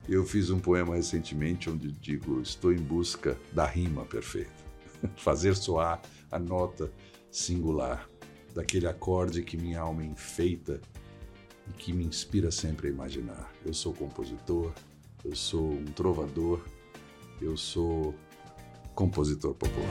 Eu fiz um poema recentemente onde digo: estou em busca da rima perfeita. Fazer soar a nota singular, daquele acorde que minha alma enfeita e que me inspira sempre a imaginar. Eu sou compositor, eu sou um trovador, eu sou compositor popular.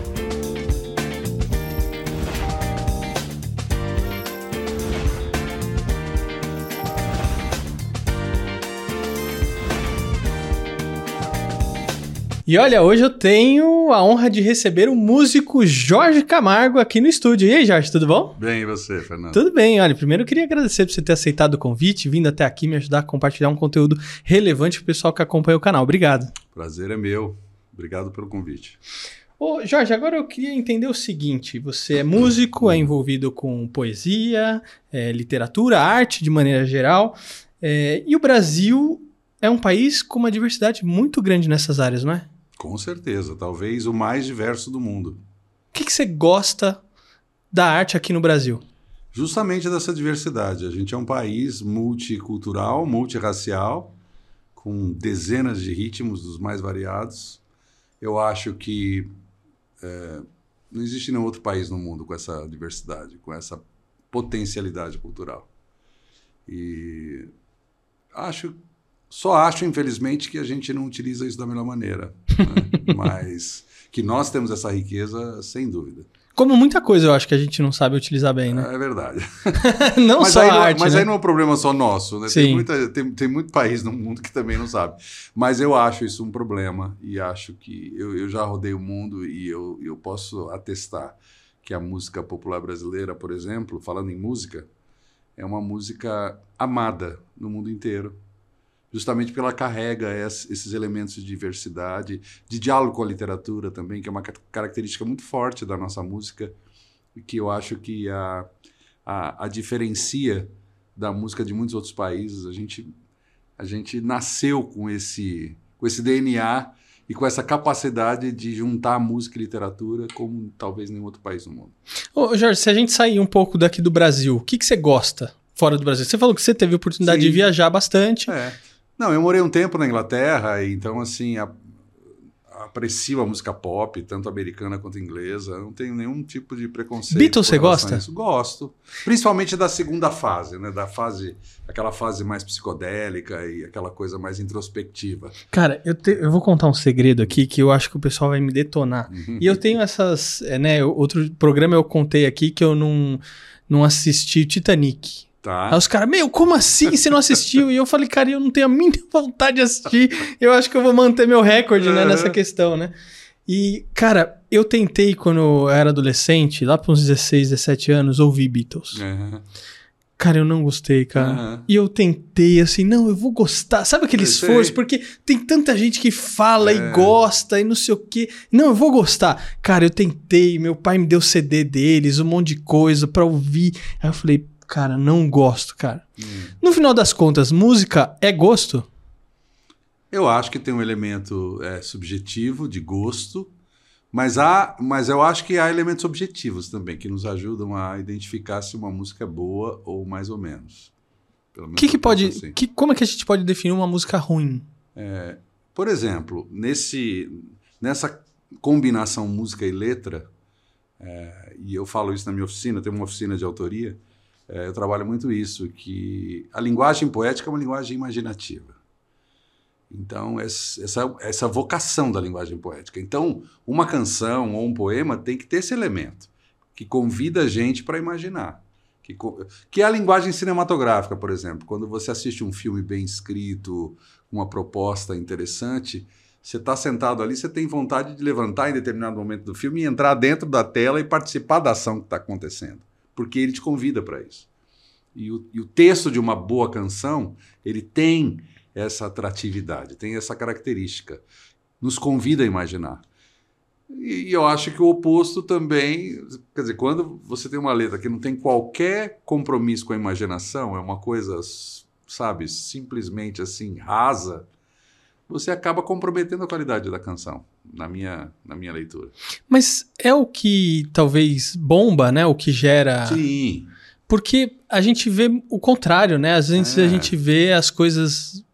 E olha, hoje eu tenho a honra de receber o músico Jorge Camargo aqui no estúdio. E aí, Jorge, tudo bom? Bem, e você, Fernando? Tudo bem. Olha, primeiro eu queria agradecer por você ter aceitado o convite, vindo até aqui me ajudar a compartilhar um conteúdo relevante para o pessoal que acompanha o canal. Obrigado. Prazer é meu. Obrigado pelo convite. Ô, Jorge, agora eu queria entender o seguinte. Você é músico, é envolvido com poesia, literatura, arte de maneira geral. E o Brasil é um país com uma diversidade muito grande nessas áreas, não é? Com certeza, talvez o mais diverso do mundo. O que você gosta da arte aqui no Brasil? Justamente dessa diversidade. A gente é um país multicultural, multirracial, com dezenas de ritmos dos mais variados. Eu acho que não existe nenhum outro país no mundo com essa diversidade, com essa potencialidade cultural. E só acho, infelizmente, que a gente não utiliza isso da melhor maneira. Né? Mas que nós temos essa riqueza, sem dúvida. Como muita coisa eu acho que a gente não sabe utilizar bem, né? É verdade. Não mas só a arte, Mas né? aí não é um problema só nosso, né? Sim. Tem muito país no mundo que também não sabe. Mas eu acho isso um problema e acho que eu já rodei o mundo e eu posso atestar que a música popular brasileira, por exemplo, falando em música, é uma música amada no mundo inteiro. Justamente porque ela carrega esses elementos de diversidade, de diálogo com a literatura também, que é uma característica muito forte da nossa música e que eu acho que a diferencia da música de muitos outros países. A gente nasceu com esse DNA e com essa capacidade de juntar música e literatura como talvez nenhum outro país no mundo. Ô, Jorge, se a gente sair um pouco daqui do Brasil, o que você gosta fora do Brasil? Você falou que você teve a oportunidade de viajar bastante. Não, eu morei um tempo na Inglaterra, então, assim, aprecio a música pop, tanto americana quanto inglesa. Não tenho nenhum tipo de preconceito. Beatles você gosta? Gosto. Principalmente da segunda fase, né? Aquela fase mais psicodélica e aquela coisa mais introspectiva. Cara, eu vou contar um segredo aqui que eu acho que o pessoal vai me detonar. E eu tenho essas... outro programa eu contei aqui que eu não assisti Titanic. Tá. Aí os caras, como assim você não assistiu? E eu falei, cara, eu não tenho a mínima vontade de assistir. Eu acho que eu vou manter meu recorde, né, nessa questão, né? E, cara, eu tentei quando eu era adolescente, lá para uns 16, 17 anos, ouvir Beatles. Cara, eu não gostei, cara. E eu tentei, assim, não, eu vou gostar. Sabe aquele esforço? Porque tem tanta gente que fala e gosta e não sei o quê. Não, eu vou gostar. Cara, eu tentei, meu pai me deu CD deles, um monte de coisa pra ouvir. Aí eu falei, cara, não gosto, cara. No final das contas, música é gosto? Eu acho que tem um elemento subjetivo de gosto, mas eu acho que há elementos objetivos também, que nos ajudam a identificar se uma música é boa ou mais ou menos. Pelo menos assim. Como é que a gente pode definir uma música ruim? Por exemplo, nessa combinação música e letra, e eu falo isso na minha oficina, eu tenho uma oficina de autoria, eu trabalho muito isso, que a linguagem poética é uma linguagem imaginativa. Então, essa vocação da linguagem poética. Então, uma canção ou um poema tem que ter esse elemento, que convida a gente para imaginar. Que é a linguagem cinematográfica, por exemplo. Quando você assiste um filme bem escrito, uma proposta interessante, você está sentado ali, você tem vontade de levantar em determinado momento do filme e entrar dentro da tela e participar da ação que está acontecendo. Porque ele te convida para isso. E o texto de uma boa canção, ele tem essa atratividade, tem essa característica. Nos convida a imaginar. E eu acho que o oposto também... Quer dizer, quando você tem uma letra que não tem qualquer compromisso com a imaginação, é uma coisa, sabe, simplesmente assim, rasa, você acaba comprometendo a qualidade da canção, na minha leitura. Mas é o que talvez bomba, né? O que gera... Sim. Porque a gente vê o contrário, né? Às vezes a gente vê as coisas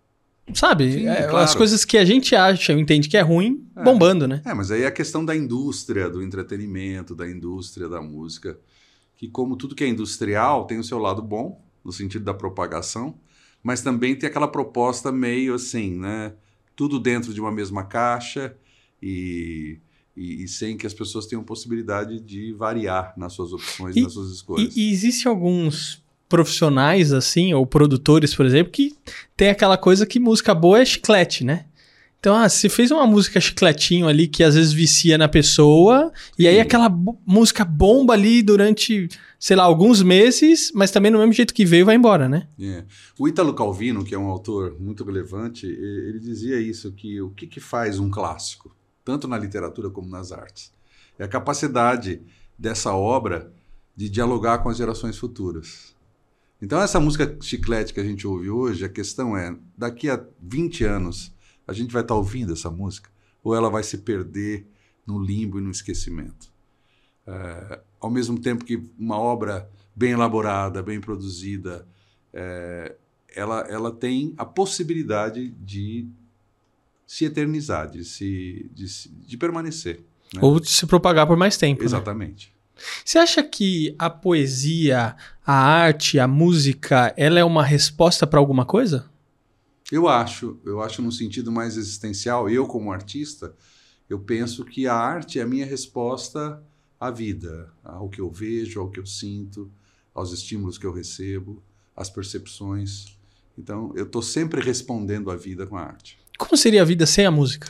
sabe? Sim, As claro. coisas que a gente acha, entende que é ruim, bombando, né? Mas aí é a questão da indústria, do entretenimento, da indústria da música, que como tudo que é industrial tem o seu lado bom, no sentido da propagação, mas também tem aquela proposta meio assim, né? Tudo dentro de uma mesma caixa e sem que as pessoas tenham possibilidade de variar nas suas opções, nas suas escolhas. E existem alguns profissionais, assim, ou produtores, por exemplo, que tem aquela coisa que música boa é chiclete, né? Então, se fez uma música chicletinho ali que às vezes vicia na pessoa, e aí aquela música bomba ali durante, sei lá, alguns meses, mas também no mesmo jeito que veio vai embora, né? O Ítalo Calvino, que é um autor muito relevante, ele dizia isso, que o que faz um clássico, tanto na literatura como nas artes, é a capacidade dessa obra de dialogar com as gerações futuras. Então, essa música chiclete que a gente ouve hoje, a questão é, daqui a 20 anos, a gente vai estar ouvindo essa música? Ou ela vai se perder no limbo e no esquecimento? Ao mesmo tempo que uma obra bem elaborada, bem produzida, ela tem a possibilidade de se eternizar, de permanecer. Né? Ou de se propagar por mais tempo. Exatamente. Né? Você acha que a poesia, a arte, a música, ela é uma resposta para alguma coisa? Eu acho no sentido mais existencial, eu como artista, eu penso que a arte é a minha resposta à vida, ao que eu vejo, ao que eu sinto, aos estímulos que eu recebo, às percepções. Então, eu estou sempre respondendo à vida com a arte. Como seria a vida sem a música?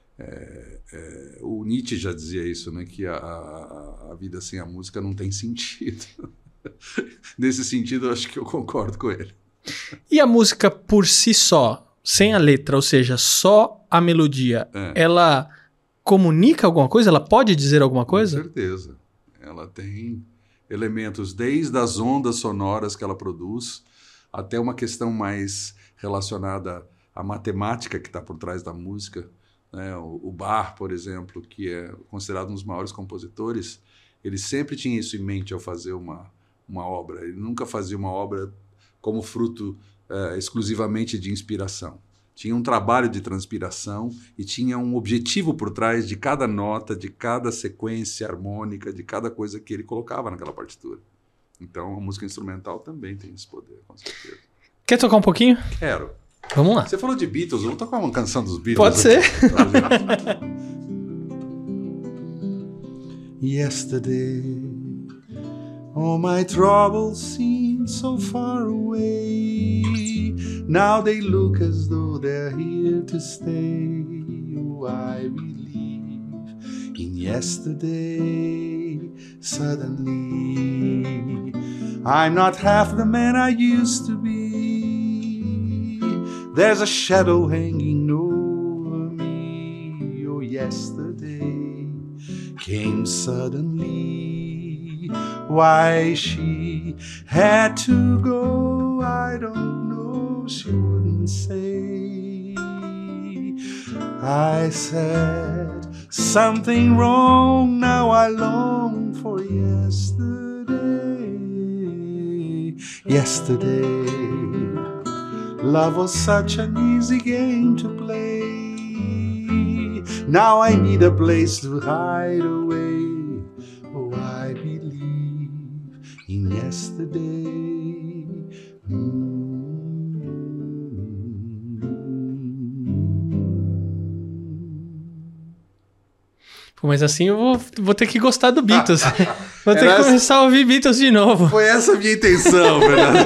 O Nietzsche já dizia isso, né? Que a vida sem a música não tem sentido. Nesse sentido, eu acho que eu concordo com ele. E a música por si só, sem a letra, ou seja, só a melodia, ela comunica alguma coisa? Ela pode dizer alguma coisa? Com certeza. Ela tem elementos desde as ondas sonoras que ela produz até uma questão mais relacionada à matemática que está por trás da música. Né? O Bach, por exemplo, que é considerado um dos maiores compositores, ele sempre tinha isso em mente ao fazer uma obra. Ele nunca fazia uma obra como fruto exclusivamente de inspiração. Tinha um trabalho de transpiração e tinha um objetivo por trás de cada nota, de cada sequência harmônica, de cada coisa que ele colocava naquela partitura. Então, a música instrumental também tem esse poder, com certeza. Quer tocar um pouquinho? Quero. Vamos lá. Você falou de Beatles, vamos tocar uma canção dos Beatles? Pode ser. Yesterday, all my troubles seem so far away. Now they look as though they're here to stay. Oh, I believe in yesterday. Suddenly, I'm not half the man I used to be. There's a shadow hanging over me. Oh, yesterday came suddenly. Why she had to go, I don't know, she wouldn't say. I said something wrong, now I long for yesterday. Yesterday, love was such an easy game to play. Now I need a place to hide away. Oh, I believe in yesterday. Pô, mas assim eu vou ter que gostar do Beatles. Vou ter que começar a ouvir Beatles de novo. Foi essa a minha intenção, Fernando.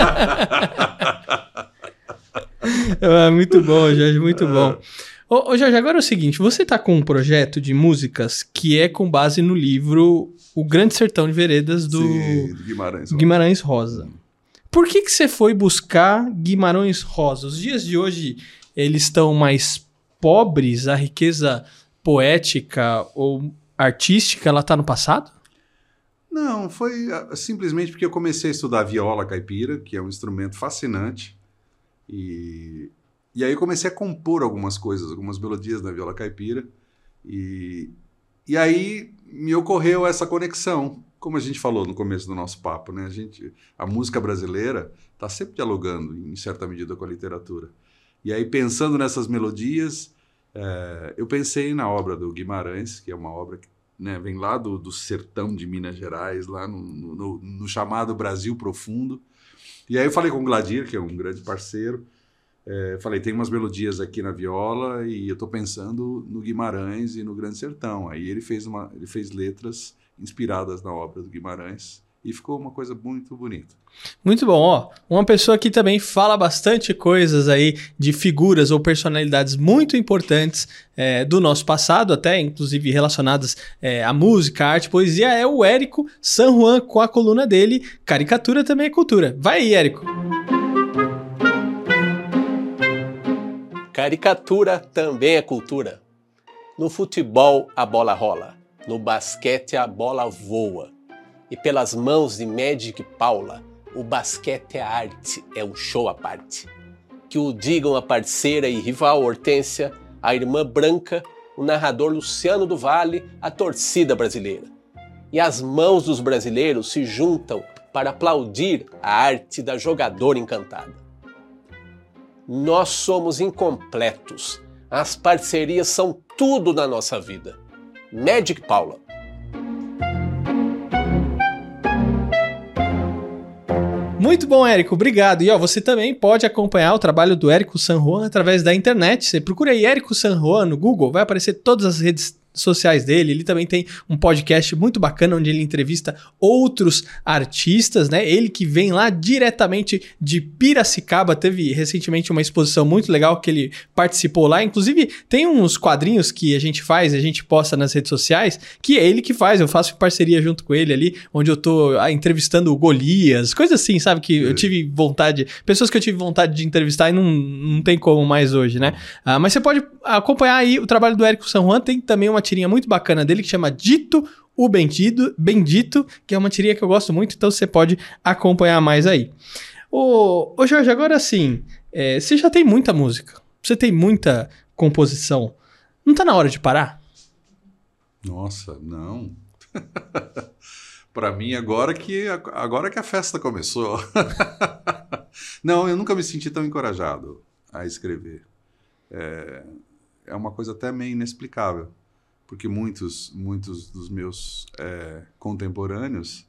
Muito bom, Jorge, muito bom. Ô, Jorge, agora é o seguinte, você tá com um projeto de músicas que é com base no livro O Grande Sertão de Veredas do Guimarães Rosa. Por que você foi buscar Guimarães Rosa? Os dias de hoje, eles estão mais pobres, a riqueza poética ou artística, ela tá no passado? Não, foi simplesmente porque eu comecei a estudar viola caipira, que é um instrumento fascinante, e aí eu comecei a compor algumas coisas, algumas melodias da viola caipira, e aí me ocorreu essa conexão, como a gente falou no começo do nosso papo, né? A música brasileira está sempre dialogando, em certa medida, com a literatura. E aí, pensando nessas melodias, eu pensei na obra do Guimarães, que é uma obra que, né, vem lá do sertão de Minas Gerais, lá no chamado Brasil Profundo. E aí eu falei com o Gladir, que é um grande parceiro, falei, tem umas melodias aqui na viola e eu estou pensando no Guimarães e no Grande Sertão. Aí ele fez letras inspiradas na obra do Guimarães e ficou uma coisa muito bonita. Muito bom, ó. Uma pessoa que também fala bastante coisas aí de figuras ou personalidades muito importantes do nosso passado, até inclusive relacionadas à música, à arte, poesia, é o Érico San Juan com a coluna dele, Caricatura Também é Cultura. Vai aí, Érico. Caricatura também é cultura. No futebol a bola rola, no basquete a bola voa. E pelas mãos de Magic Paula, o basquete é arte, é um show à parte. Que o digam a parceira e rival Hortência, a irmã Branca, o narrador Luciano do Vale, a torcida brasileira. E as mãos dos brasileiros se juntam para aplaudir a arte da jogadora encantada. Nós somos incompletos. As parcerias são tudo na nossa vida. Magic Paula. Muito bom, Érico. Obrigado. E você também pode acompanhar o trabalho do Érico San Juan através da internet. Você procura aí Érico San Juan no Google, vai aparecer todas as redes sociais dele. Ele também tem um podcast muito bacana onde ele entrevista outros artistas, né? Ele que vem lá diretamente de Piracicaba, teve recentemente uma exposição muito legal que ele participou lá. Inclusive, tem uns quadrinhos que a gente faz, a gente posta nas redes sociais, que é ele que faz, eu faço parceria junto com ele ali, onde eu tô entrevistando o Golias, coisas assim, sabe? Que eu tive vontade, pessoas que eu tive vontade de entrevistar e não tem como mais hoje, né? Mas você pode acompanhar aí o trabalho do Érico San Juan, tem também uma tirinha muito bacana dele que chama Dito o Bendito, que é uma tirinha que eu gosto muito, então você pode acompanhar mais aí. Ô Jorge, agora sim, você já tem muita música, você tem muita composição, não tá na hora de parar? Nossa, não. Para mim, agora que a festa começou. Não, eu nunca me senti tão encorajado a escrever. É uma coisa até meio inexplicável, porque muitos dos meus contemporâneos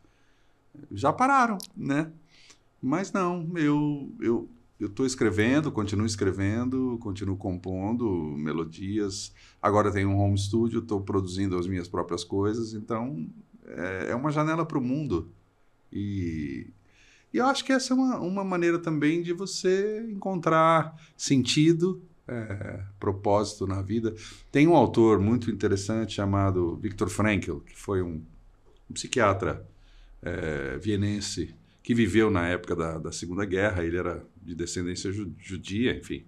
já pararam, né? Mas não, eu estou escrevendo, continuo compondo melodias. Agora tenho um home studio, estou produzindo as minhas próprias coisas, então é uma janela para o mundo. E eu acho que essa é uma maneira também de você encontrar sentido, propósito na vida. Tem um autor muito interessante chamado Viktor Frankl, que foi um psiquiatra vienense que viveu na época da Segunda Guerra. Ele era de descendência judia, enfim.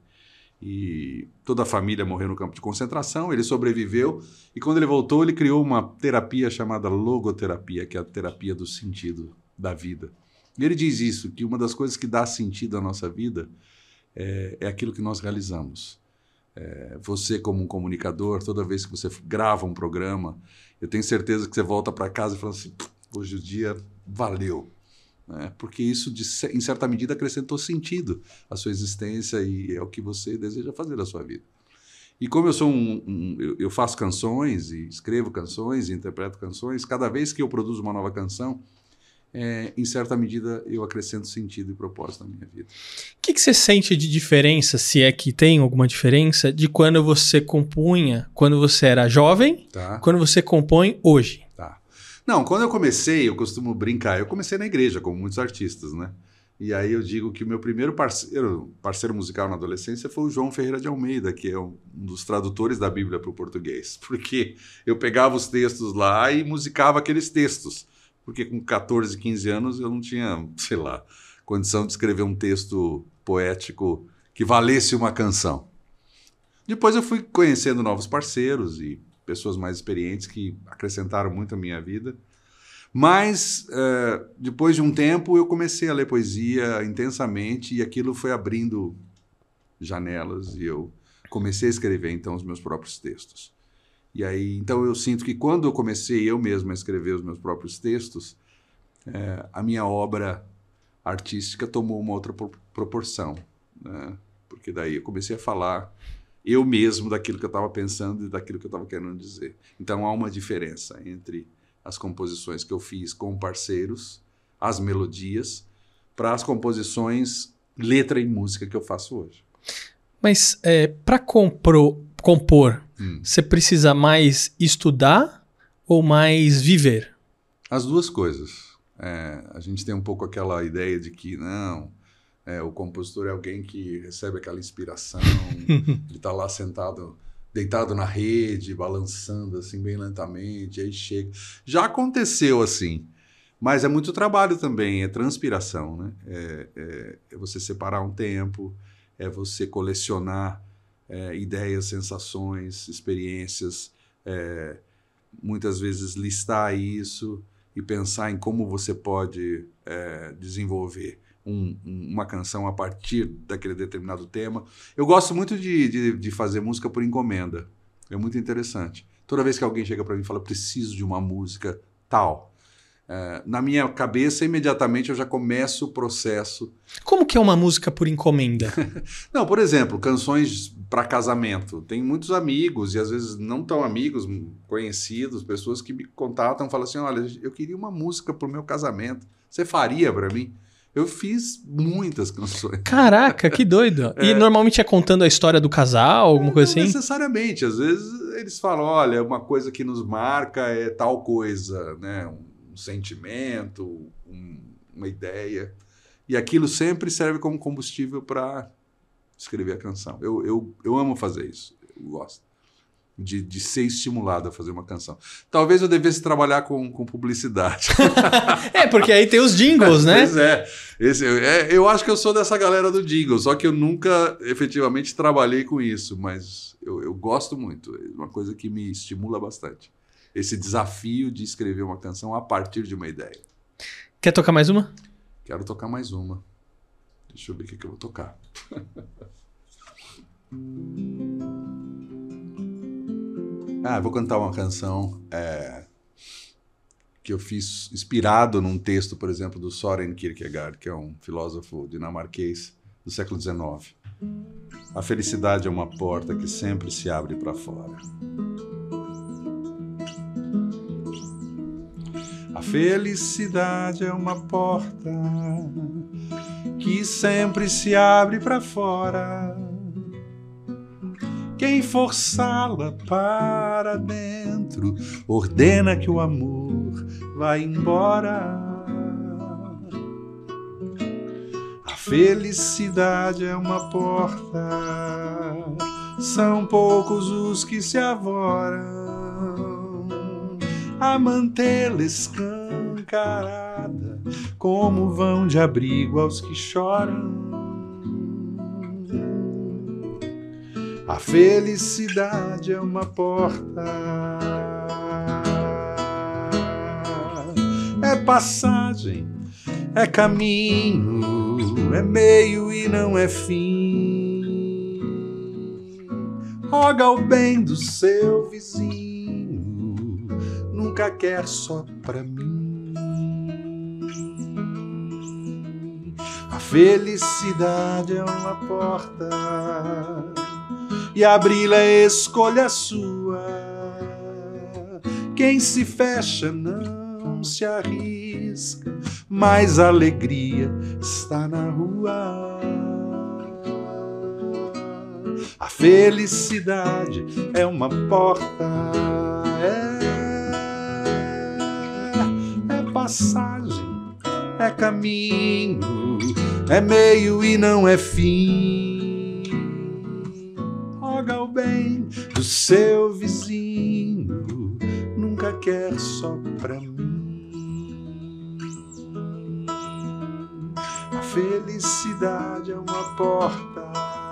E toda a família morreu no campo de concentração, ele sobreviveu, e quando ele voltou, ele criou uma terapia chamada logoterapia, que é a terapia do sentido da vida. E ele diz isso, que uma das coisas que dá sentido à nossa vida é aquilo que nós realizamos. Você, como um comunicador, toda vez que você grava um programa, eu tenho certeza que você volta para casa e fala assim, hoje o dia valeu. Porque isso, em certa medida, acrescentou sentido à sua existência e é o que você deseja fazer da sua vida. E como eu sou eu faço canções e escrevo canções e interpreto canções, cada vez que eu produzo uma nova canção, em certa medida, eu acrescento sentido e propósito na minha vida. O que você sente de diferença, se é que tem alguma diferença, de quando você compunha, quando você era jovem, quando você compõe hoje? Não, quando eu comecei, eu costumo brincar, eu comecei na igreja, como muitos artistas, né? E aí eu digo que o meu primeiro parceiro musical na adolescência foi o João Ferreira de Almeida, que é um dos tradutores da Bíblia para o português, porque eu pegava os textos lá e musicava aqueles textos, porque com 14, 15 anos eu não tinha, sei lá, condição de escrever um texto poético que valesse uma canção. Depois eu fui conhecendo novos parceiros e pessoas mais experientes que acrescentaram muito à minha vida. Mas, depois de um tempo, eu comecei a ler poesia intensamente e aquilo foi abrindo janelas e eu comecei a escrever, então, os meus próprios textos. E aí, então, eu sinto que quando eu comecei eu mesmo a escrever os meus próprios textos, a minha obra artística tomou uma outra proporção, né? porque daí eu comecei a falar eu mesmo daquilo que eu estava pensando e daquilo que eu estava querendo dizer. Então há uma diferença entre as composições que eu fiz com parceiros, as melodias, para as composições, letra e música que eu faço hoje. Mas para compor, você precisa mais estudar ou mais viver? As duas coisas. A gente tem um pouco aquela ideia de que não, o compositor é alguém que recebe aquela inspiração, ele está lá sentado, deitado na rede, balançando assim bem lentamente, aí chega. Já aconteceu assim, mas é muito trabalho também, é transpiração, né? É você separar um tempo, é você colecionar ideias, sensações, experiências, muitas vezes listar isso e pensar em como você pode desenvolver uma canção a partir daquele determinado tema. Eu gosto muito de fazer música por encomenda. É muito interessante. Toda vez que alguém chega para mim e fala, preciso de uma música tal, na minha cabeça, imediatamente, eu já começo o processo. Como que é uma música por encomenda? Não, por exemplo, canções para casamento. Tem muitos amigos, e às vezes não tão amigos, conhecidos, pessoas que me contatam e falam assim, olha, eu queria uma música para o meu casamento. Você faria para mim? Eu fiz muitas canções. Caraca, que doido. E normalmente é contando a história do casal, alguma coisa assim? Não necessariamente. Às vezes eles falam, olha, uma coisa que nos marca é tal coisa, né? Um sentimento, uma ideia. E aquilo sempre serve como combustível para escrever a canção. Eu amo fazer isso. Eu gosto de ser estimulado a fazer uma canção. Talvez eu devesse trabalhar com publicidade. Porque aí tem os jingles, né? Pois eu acho que eu sou dessa galera do jingle, só que eu nunca efetivamente trabalhei com isso, mas eu gosto muito. É uma coisa que me estimula bastante. Esse desafio de escrever uma canção a partir de uma ideia. Quer tocar mais uma? Quero tocar mais uma. Deixa eu ver o que eu vou tocar. Vou cantar uma canção que eu fiz inspirado num texto, por exemplo, do Søren Kierkegaard, que é um filósofo dinamarquês do século XIX. A felicidade é uma porta que sempre se abre para fora. A felicidade é uma porta que sempre se abre para fora. Quem forçá-la para dentro ordena que o amor vá embora. A felicidade é uma porta, são poucos os que se avoram a mantê-la escancarada, como vão de abrigo aos que choram. A felicidade é uma porta, é passagem, é caminho, é meio e não é fim. Roga ao bem do seu vizinho, nunca quer só pra mim. A felicidade é uma porta, e abri-la escolha sua. Quem se fecha não se arrisca, mas a alegria está na rua. A felicidade é uma porta, é passagem, é caminho, é meio e não é fim. Roga ao bem do seu vizinho, nunca quer só pra mim. A felicidade é uma porta,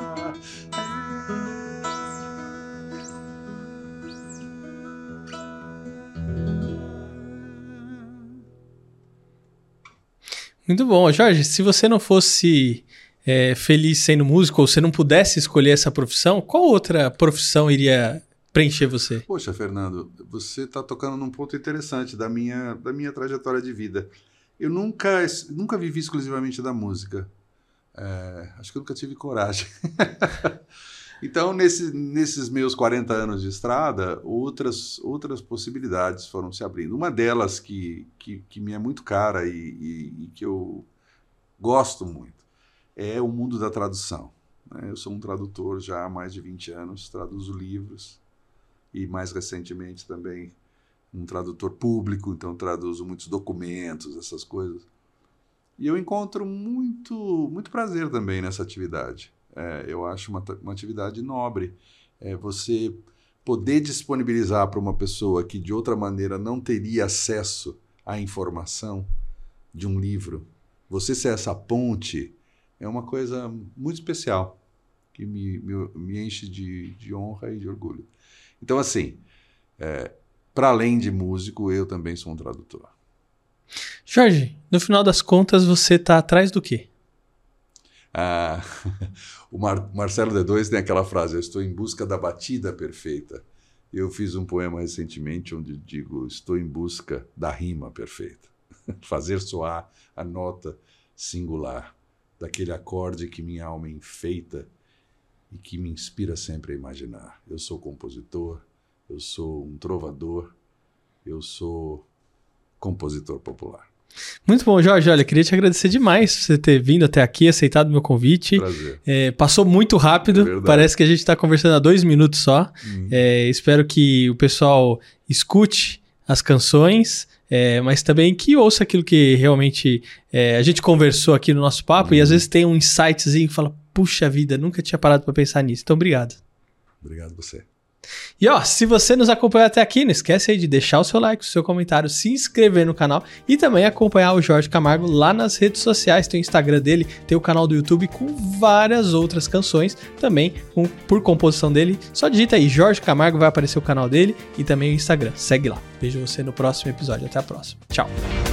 Muito bom. Jorge, se você não fosse feliz sendo músico, ou se não pudesse escolher essa profissão, qual outra profissão iria preencher você? Poxa, Fernando, você está tocando num ponto interessante da minha trajetória de vida. Eu nunca vivi exclusivamente da música. Acho que eu nunca tive coragem. Então, nesses meus 40 anos de estrada, outras possibilidades foram se abrindo. Uma delas que me é muito cara e que eu gosto muito é o mundo da tradução. Eu sou um tradutor já há mais de 20 anos, traduzo livros e, mais recentemente, também um tradutor público, então traduzo muitos documentos, essas coisas. E eu encontro muito prazer também nessa atividade. Eu acho uma atividade nobre. Você poder disponibilizar para uma pessoa que de outra maneira não teria acesso à informação de um livro, você ser essa ponte, é uma coisa muito especial, que me enche de honra e de orgulho. Então, assim, para além de músico, eu também sou um tradutor. Jorge, no final das contas, você está atrás do quê? O Marcelo D2 tem aquela frase: eu estou em busca da batida perfeita. Eu fiz um poema recentemente onde digo: estou em busca da rima perfeita. Fazer soar a nota singular daquele acorde que minha alma enfeita e que me inspira sempre a imaginar. Eu sou compositor, eu sou um trovador, eu sou compositor popular. Muito bom, Jorge. Olha, queria te agradecer demais por você ter vindo até aqui, aceitado o meu convite. Prazer. Passou muito rápido, parece que a gente está conversando há 2 minutos só. Espero que o pessoal escute as canções, mas também que ouça aquilo que realmente a gente conversou aqui no nosso papo e às vezes tem um insightzinho que fala, puxa vida, nunca tinha parado para pensar nisso. Então, obrigado. Obrigado a você. E se você nos acompanhou até aqui, não esquece aí de deixar o seu like, o seu comentário, se inscrever no canal e também acompanhar o Jorge Camargo lá nas redes sociais. Tem o Instagram dele, tem o canal do YouTube com várias outras canções, também por composição dele. Só digita aí, Jorge Camargo, vai aparecer o canal dele e também o Instagram. Segue lá. Vejo você no próximo episódio. Até a próxima. Tchau.